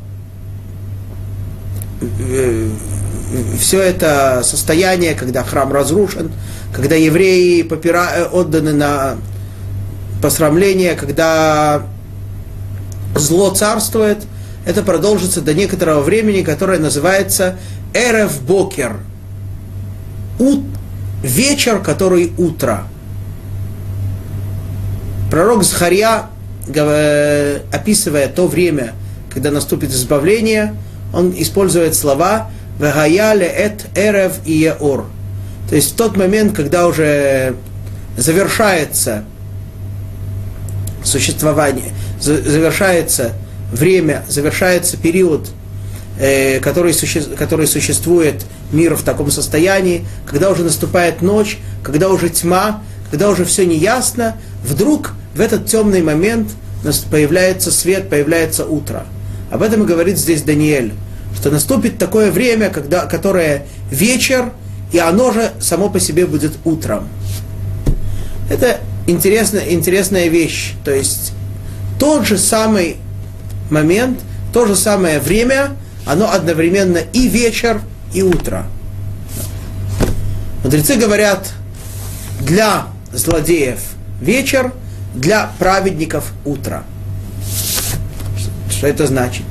все это состояние, когда храм разрушен, когда евреи попира... отданы на посрамление, когда зло царствует, это продолжится до некоторого времени, которое называется эрев бокер. У... Вечер, который утро. Пророк Захарья, описывая то время, когда наступит избавление, он использует слова «Вегая леэт эрев иеор». То есть в тот момент, когда уже завершается существование, завершается время, завершается период, э, который, суще, который существует мир в таком состоянии, когда уже наступает ночь, когда уже тьма, когда уже все неясно, вдруг в этот темный момент появляется свет, появляется утро. Об этом и говорит здесь Даниэль, что наступит такое время, когда, которое вечер, и оно же само по себе будет утром. Это интересная, интересная вещь. То есть тот же самый момент, то же самое время, оно одновременно и вечер, и утро. Мудрецы говорят, для злодеев вечер, для праведников утро. Что это значит?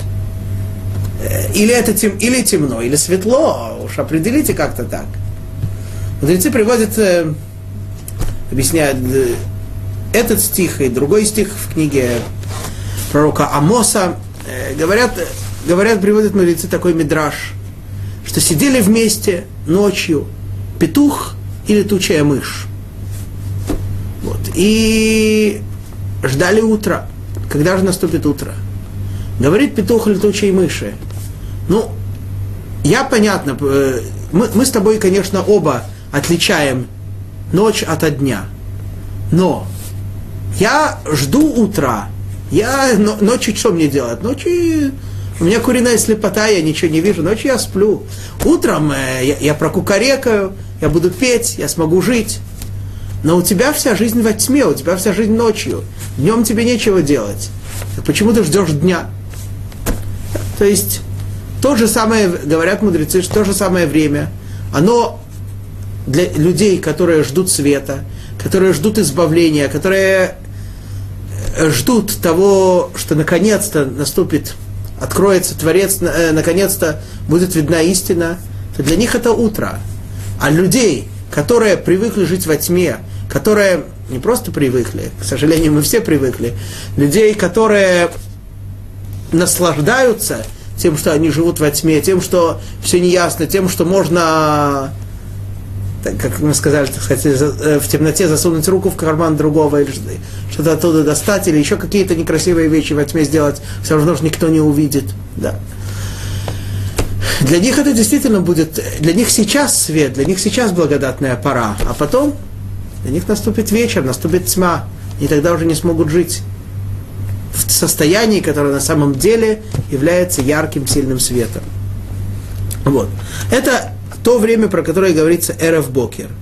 Или это тем, или темно, или светло, уж определите как-то так. Мудрецы приводят, э, объясняют э, этот стих и другой стих в книге пророка Амоса. Э, говорят, говорят, приводят мудрецы такой мидраш, что сидели вместе ночью петух и летучая мышь. Вот. И ждали утра. Когда же наступит утро? Говорит петух летучей мыши. Ну, я понятно, мы, мы с тобой, конечно, оба отличаем ночь от дня. Но я жду утра. Я ночью что мне делать? Ночью у меня куриная слепота, я ничего не вижу. Ночью я сплю. Утром я, я прокукарекаю, я буду петь, я смогу жить. Но у тебя вся жизнь во тьме, у тебя вся жизнь ночью. Днем тебе нечего делать. Так почему ты ждешь дня? То есть, то же самое, говорят мудрецы, что то же самое время, оно для людей, которые ждут света, которые ждут избавления, которые ждут того, что наконец-то наступит, откроется Творец, наконец-то будет видна истина, то для них это утро. А людей, которые привыкли жить во тьме, которые не просто привыкли, к сожалению, мы все привыкли, людей, которые наслаждаются тем, что они живут во тьме, тем, что все неясно, тем, что можно, так, как мы сказали, так сказать, в темноте засунуть руку в карман другого, или что-то оттуда достать, или еще какие-то некрасивые вещи во тьме сделать, все равно же никто не увидит. Да. Для них это действительно будет, для них сейчас свет, для них сейчас благодатная пора, а потом для них наступит вечер, наступит тьма, и тогда уже не смогут жить в состоянии, которое на самом деле является ярким, сильным светом. Вот. Это то время, про которое говорится эрев бокер.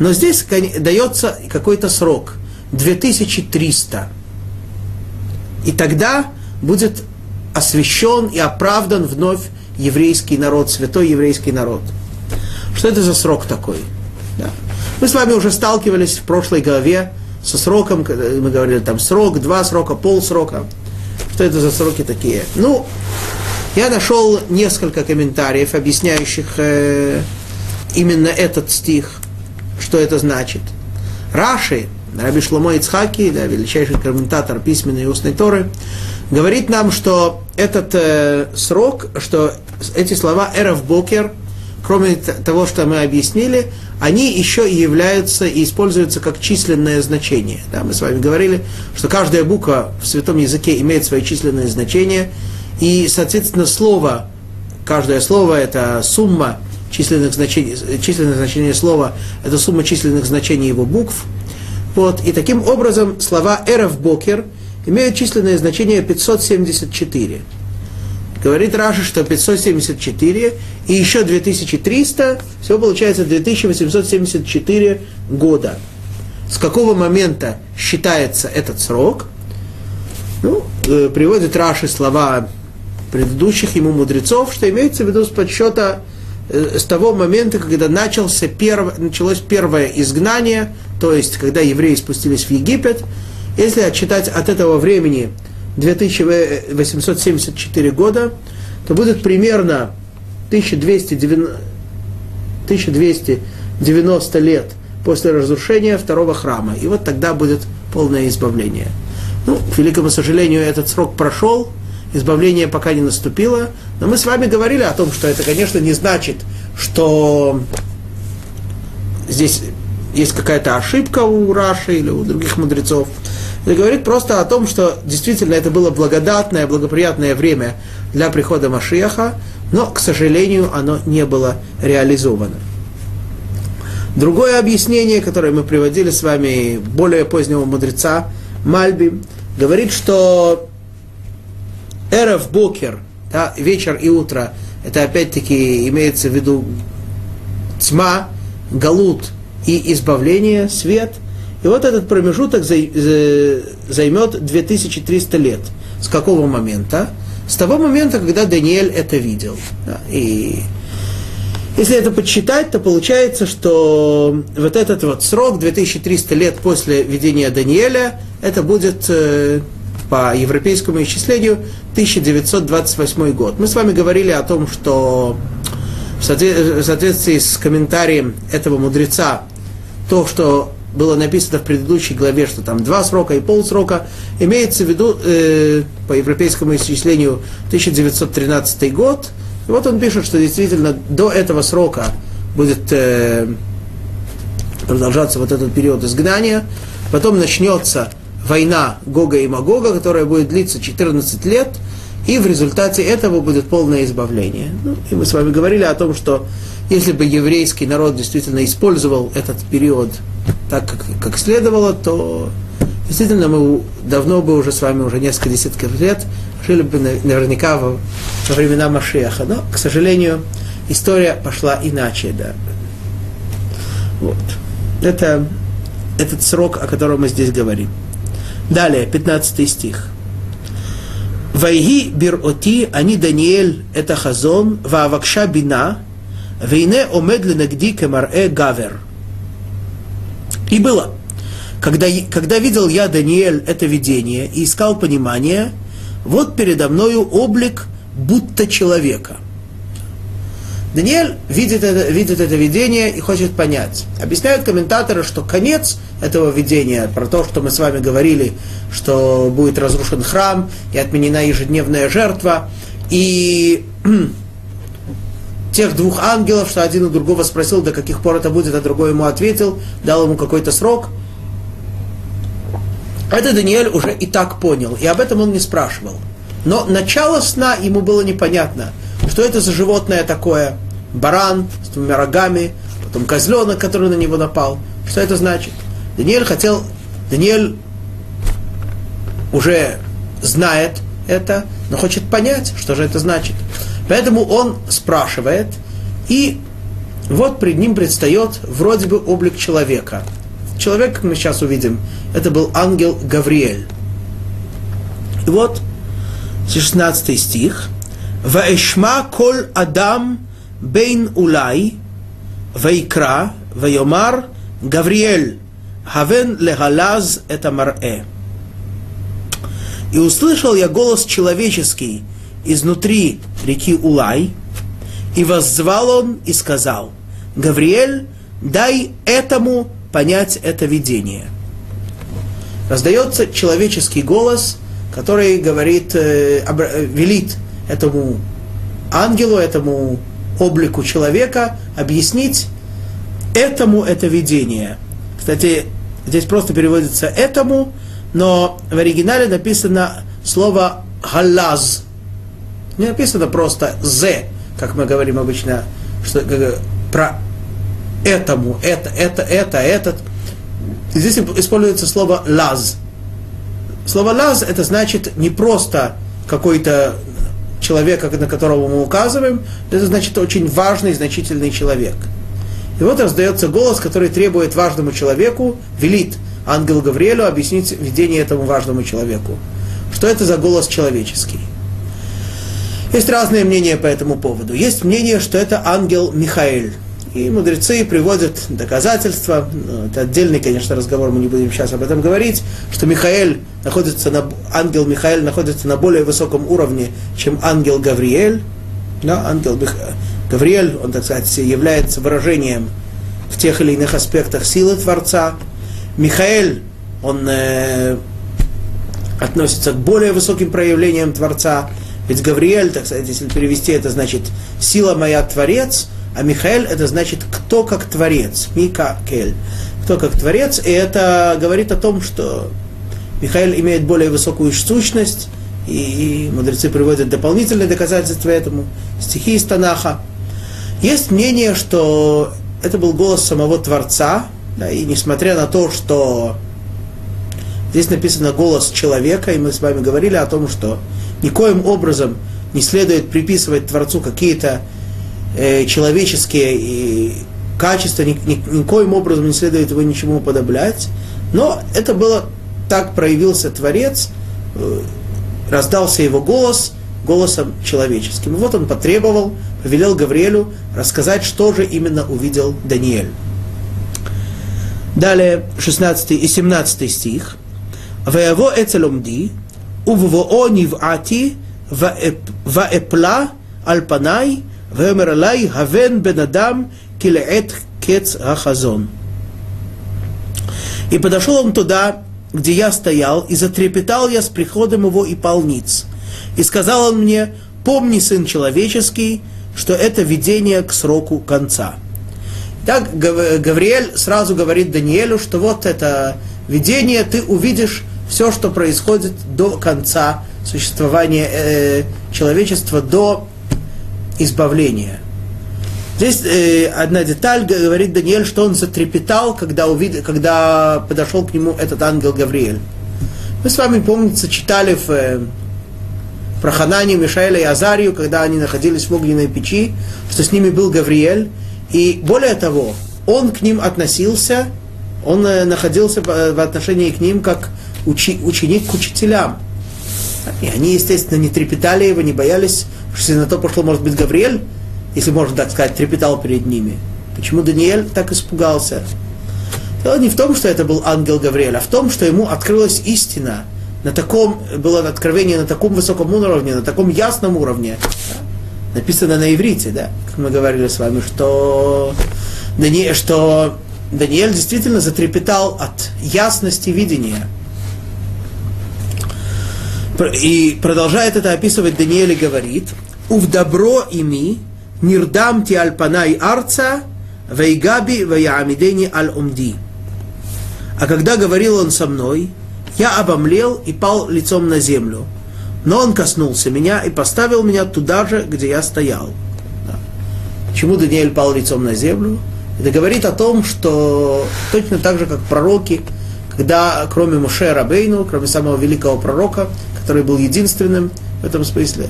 Но здесь дается какой-то срок, две тысячи триста. И тогда будет освящен и оправдан вновь еврейский народ, святой еврейский народ. Что это за срок такой? Да. Мы с вами уже сталкивались в прошлой главе со сроком, мы говорили там срок, два срока, полсрока. Что это за сроки такие? Ну, я нашел несколько комментариев, объясняющих э, именно этот стих, что это значит. Раши, Раби Шломо Ицхаки, да, величайший комментатор письменной и устной Торы, говорит нам, что этот э, срок, что эти слова «эрев бокер», кроме того, что мы объяснили, они еще и являются и используются как численное значение. Да, мы с вами говорили, что каждая буква в святом языке имеет свое численное значение, и, соответственно, слово, каждое слово – это сумма численных значений, численное значение слова – это сумма численных значений его букв. Вот, и таким образом слова «эрев бокер» имеют численное значение пятьсот семьдесят четыре. Говорит Раши, что пятьсот семьдесят четыре и еще две тысячи триста, всего получается две тысячи восемьсот семьдесят четыре года. С какого момента считается этот срок? Ну, э, приводит Раши слова предыдущих ему мудрецов, что имеется в виду с подсчета э, с того момента, когда начался перв, началось первое изгнание, то есть когда евреи спустились в Египет. Если отсчитать от этого времени две тысячи восемьсот семьдесят четыре года, то будет примерно тысяча двести девяносто лет после разрушения второго храма. И вот тогда будет полное избавление. Ну, к великому сожалению, этот срок прошел, избавление пока не наступило, но мы с вами говорили о том, что это, конечно, не значит, что здесь есть какая-то ошибка у Раши или у других мудрецов. Это говорит просто о том, что действительно это было благодатное, благоприятное время для прихода Машиаха, но, к сожалению, оно не было реализовано. Другое объяснение, которое мы приводили с вами, более позднего мудреца Мальби, говорит, что эрев бокер, да, вечер и утро, это опять-таки имеется в виду тьма, галут и избавление, свет. И вот этот промежуток займет две тысячи триста лет. С какого момента? С того момента, когда Даниэль это видел. Да, и если это подсчитать, то получается, что вот этот вот срок, две тысячи триста лет после видения Даниэля, это будет по европейскому исчислению тысяча девятьсот двадцать восьмой год. Мы с вами говорили о том, что в соответствии с комментарием этого мудреца, то, что было написано в предыдущей главе, что там два срока и полсрока, имеется в виду э, по европейскому исчислению тысяча девятьсот тринадцатый год. И вот он пишет, что действительно до этого срока будет э, продолжаться вот этот период изгнания. Потом начнется война Гога и Магога, которая будет длиться четырнадцать лет, и в результате этого будет полное избавление. Ну, и мы с вами говорили о том, что если бы еврейский народ действительно использовал этот период так, как, как следовало, то действительно мы давно бы уже с вами, уже несколько десятков лет, жили бы наверняка во, во времена Машиаха. Но, к сожалению, история пошла иначе. Да. Вот. Это этот срок, о котором мы здесь говорим. Далее, пятнадцатый стих. «Вайги бир-оти, ани Даниэль, это хазон, ваавакша бина, вейне омед ленагди кемарэ гавер». И было, когда, когда видел я, Даниэль, это видение и искал понимание, вот передо мною облик будто человека. Даниэль видит это, видит это видение и хочет понять. Объясняют комментаторы, что конец этого видения, про то, что мы с вами говорили, что будет разрушен храм и отменена ежедневная жертва, и тех двух ангелов, что один у другого спросил, до каких пор это будет, а другой ему ответил, дал ему какой-то срок. Это Даниэль уже и так понял, и об этом он не спрашивал. Но начало сна ему было непонятно, что это за животное такое, баран с двумя рогами, потом козленок, который на него напал. Что это значит? Даниэль хотел, Даниэль уже знает это, но хочет понять, что же это значит. Поэтому он спрашивает, и вот пред ним предстает вроде бы облик человека. Человек, как мы сейчас увидим, это был ангел Гавриэль. И вот шестнадцатый стих. «Ваэшма коль адам бейн улай, ваикра, ваёмар, Гавриэль, хавен легалаз это марэ». И услышал я голос человеческий изнутри реки Улай, и воззвал он и сказал: «Гавриэль, дай этому понять это видение». Раздается человеческий голос, который говорит, э, обра- велит этому ангелу, этому облику человека объяснить этому это видение. Кстати, здесь просто переводится «этому», но в оригинале написано слово «галаз». Не написано просто «зе», как мы говорим обычно, что, как, про «этому», «это», «это», «это», «этот». Здесь используется слово «лаз». Слово «лаз» это значит не просто какой-то человек, на которого мы указываем, это значит очень важный, значительный человек. И вот раздается голос, который требует важному человеку, велит ангелу Гавриэлю объяснить видение этому важному человеку. Что это за голос человеческий? Есть разные мнения по этому поводу. Есть мнение, что это ангел Михаэль. И мудрецы приводят доказательства, это отдельный, конечно, разговор, мы не будем сейчас об этом говорить, что Михаэль находится на, ангел Михаэль находится на более высоком уровне, чем ангел Гавриэль. Да, ангел Мих... Гавриэль, он, так сказать, является выражением в тех или иных аспектах силы Творца. Михаэль, он э, относится к более высоким проявлениям Творца. Ведь Гавриэль, так сказать, если перевести, это значит «сила моя Творец», а Михаэль это значит «кто как Творец», Микаэль, кто как Творец, и это говорит о том, что Михаэль имеет более высокую сущность, и мудрецы приводят дополнительные доказательства этому, стихи из Танаха. Есть мнение, что это был голос самого Творца, да, и несмотря на то, что здесь написано «голос человека», и мы с вами говорили о том, что никоим образом не следует приписывать Творцу какие-то э, человеческие э, качества, ни, ни, никоим образом не следует его ничему уподоблять, но это было, так проявился Творец, э, раздался его голос, голосом человеческим. И вот он потребовал, повелел Гавриэлю рассказать, что же именно увидел Даниэль. Далее шестнадцатый и семнадцатый стих. «Ваяво эцеломди, уввоо нивати, ваэпла альпанай, ваэмерлай хавен бенадам килеэт кец хахазон». И подошел он туда, где я стоял, и затрепетал я с приходом его и полниц. И сказал он мне: «Помни, сын человеческий, что это видение к сроку конца». Так Гавриэль сразу говорит Даниэлю, что вот это видение, ты увидишь все, что происходит до конца существования э, человечества, до избавления. Здесь э, одна деталь, говорит Даниэль, что он затрепетал, когда, увид... когда подошел к нему этот ангел Гавриэль. Мы с вами, помнится, читали в, э, про Хананию, Мишаэля и Азарию, когда они находились в огненной печи, что с ними был Гавриэль. И более того, он к ним относился, он э, находился в отношении к ним как учи, ученик к учителям. И они, естественно, не трепетали его, не боялись, что если на то пошло, может быть, Гавриэль, если можно так сказать, трепетал перед ними. Почему Даниэль так испугался? Дело не в том, что это был ангел Гавриэль, а в том, что ему открылась истина. На таком, было откровение на таком высоком уровне, на таком ясном уровне. Написано на иврите, да, как мы говорили с вами, что, Дани, что Даниэль действительно затрепетал от ясности видения. И продолжает это описывать Даниэль и говорит: «Ув добро ими нирдам ти альпанай арца, вейгаби ваяамидени аль-умди». А когда говорил он со мной, я обомлел и пал лицом на землю. Но он коснулся меня и поставил меня туда же, где я стоял. Да. Почему Даниэль пал лицом на землю? Это говорит о том, что точно так же, как пророки, когда кроме Моше Рабейну, кроме самого великого пророка, который был единственным в этом смысле,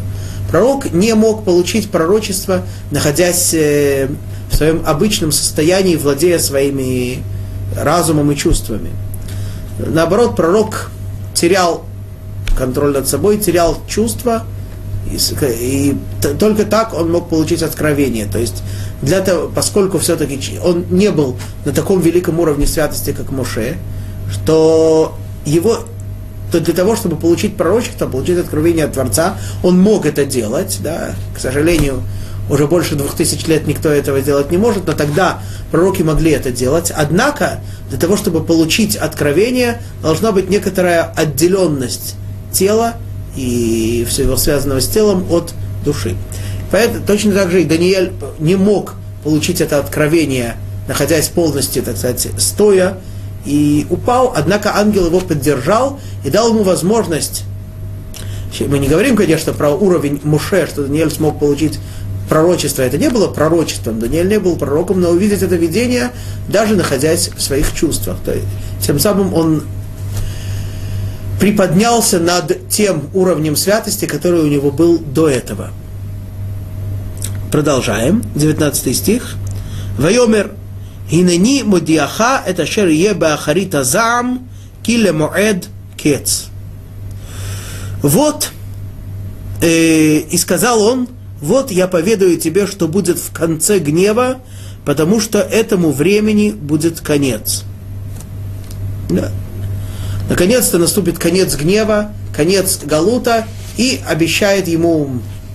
Пророк не мог получить пророчество, находясь в своем обычном состоянии, владея своими разумом и чувствами. Наоборот, пророк терял контроль над собой, терял чувства, и, и только так он мог получить откровение. То есть, для того, поскольку все-таки он не был на таком великом уровне святости, как Моше, что его, то для того, чтобы получить пророчество, получить откровение от Творца, он мог это делать, да, к сожалению, уже больше двух тысяч лет никто этого делать не может, но тогда пророки могли это делать. Однако, для того, чтобы получить откровение, должна быть некоторая отделенность тела и всего связанного с телом от души. Поэтому точно так же и Даниэль не мог получить это откровение, находясь полностью, так сказать, стоя, и упал, однако ангел его поддержал и дал ему возможность. Мы не говорим, конечно, про уровень Моше, что Даниэль смог получить пророчество. Это не было пророчеством, Даниэль не был пророком, но увидеть это видение, даже находясь в своих чувствах. То есть, тем самым он приподнялся над тем уровнем святости, который у него был до этого. Продолжаем. девятнадцатый стих. Вайомер Хинени модиаха это шер е беахарит азам киле моэд кец. Вот, э, и сказал он, вот я поведаю тебе, что будет в конце гнева, потому что этому времени будет конец. Да. Наконец-то наступит конец гнева, конец галута, и обещает ему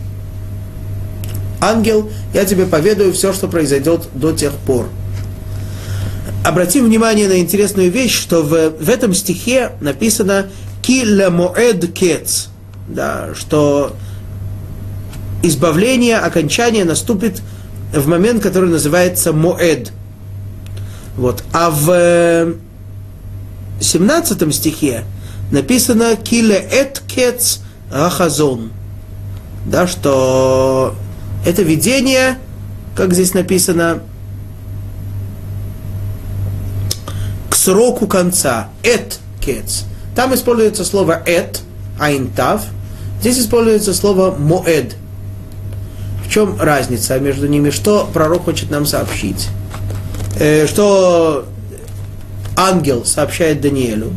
ангел, я тебе поведаю все, что произойдет до тех пор. Обратим внимание на интересную вещь, что в, в этом стихе написано «ки ле моэд кец», да, что избавление, окончание наступит в момент, который называется моэд. Вот. А в семнадцатом стихе написано «ки ле эт кец рахазон», да, что это видение, как здесь написано, к сроку конца. Эт кец. Там используется слово эт, айнтав. Здесь используется слово моэд. В чем разница между ними? Что пророк хочет нам сообщить? Э, что ангел сообщает Даниэлю?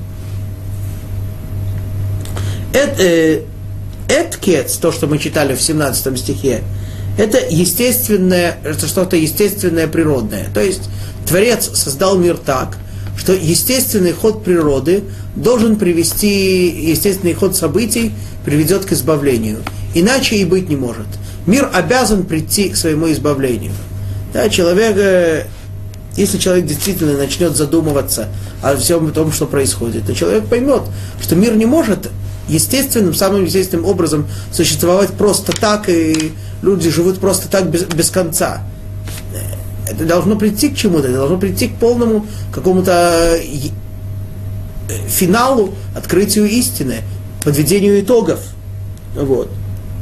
Эт, э, эт кец, то, что мы читали в семнадцатом стихе, это естественное, это что-то естественное, природное. То есть Творец создал мир так, что естественный ход природы должен привести, естественный ход событий приведет к избавлению. Иначе и быть не может. Мир обязан прийти к своему избавлению. Да, человек, если человек действительно начнет задумываться о всем том, что происходит, то человек поймет, что мир не может естественным, самым естественным образом существовать просто так, и люди живут просто так без, без конца. Это должно прийти к чему-то, это должно прийти к полному какому-то финалу, открытию истины, подведению итогов. Вот.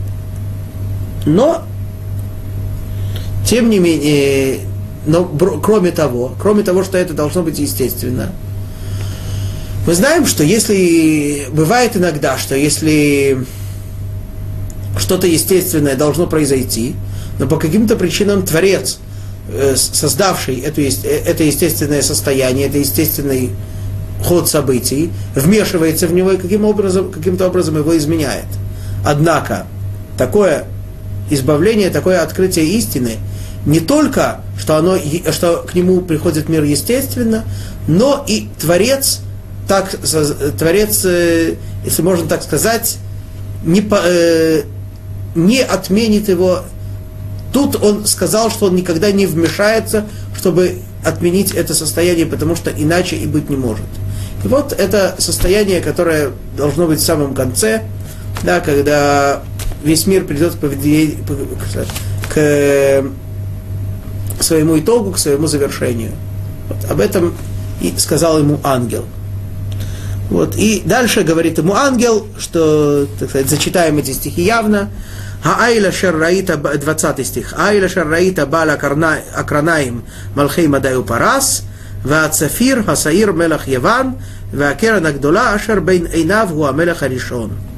Но, тем не менее, но, кроме того, кроме того, что это должно быть естественно, мы знаем, что если, бывает иногда, что если что-то естественное должно произойти, но по каким-то причинам Творец, создавший эту, это естественное состояние, это естественный ход событий, вмешивается в него и каким образом, каким-то образом его изменяет. Однако, такое избавление, такое открытие истины, не только, что, оно, что к нему приходит мир естественно, но и Творец, так, Творец, если можно так сказать, не, не отменит его. Тут он сказал, что он никогда не вмешается, чтобы отменить это состояние, потому что иначе и быть не может. И вот это состояние, которое должно быть в самом конце, да, когда весь мир придет к, поведению, к своему итогу, к своему завершению. Вот, об этом и сказал ему ангел. Вот, и дальше говорит ему ангел, что, так сказать, зачитаем эти стихи явно. Аайла шарраита, двадцатый стих. Аайла шарраита бала акранаим малхей мадаю парас, ваацафир хасаир мелах яван, ваакеран агдола ашар бейн эйнав гуа мелах аришон.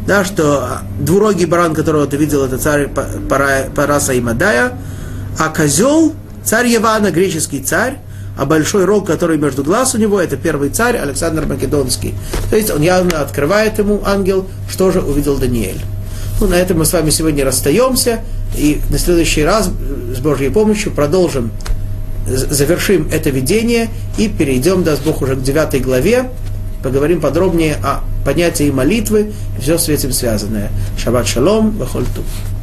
да, что двурогий баран, которого ты видел, это царь Параса и Мадая, а козел царь Явана, греческий царь, а большой рог, который между глаз у него, это первый царь Александр Македонский. То есть он явно открывает ему, ангел, что же увидел Даниэль. Ну, на этом мы с вами сегодня расстаемся, и на следующий раз с Божьей помощью продолжим, завершим это видение и перейдем, даст Бог, уже к девятой главе, поговорим подробнее о понятии молитвы и все с этим связанное. Шаббат шалом, вахоль тув.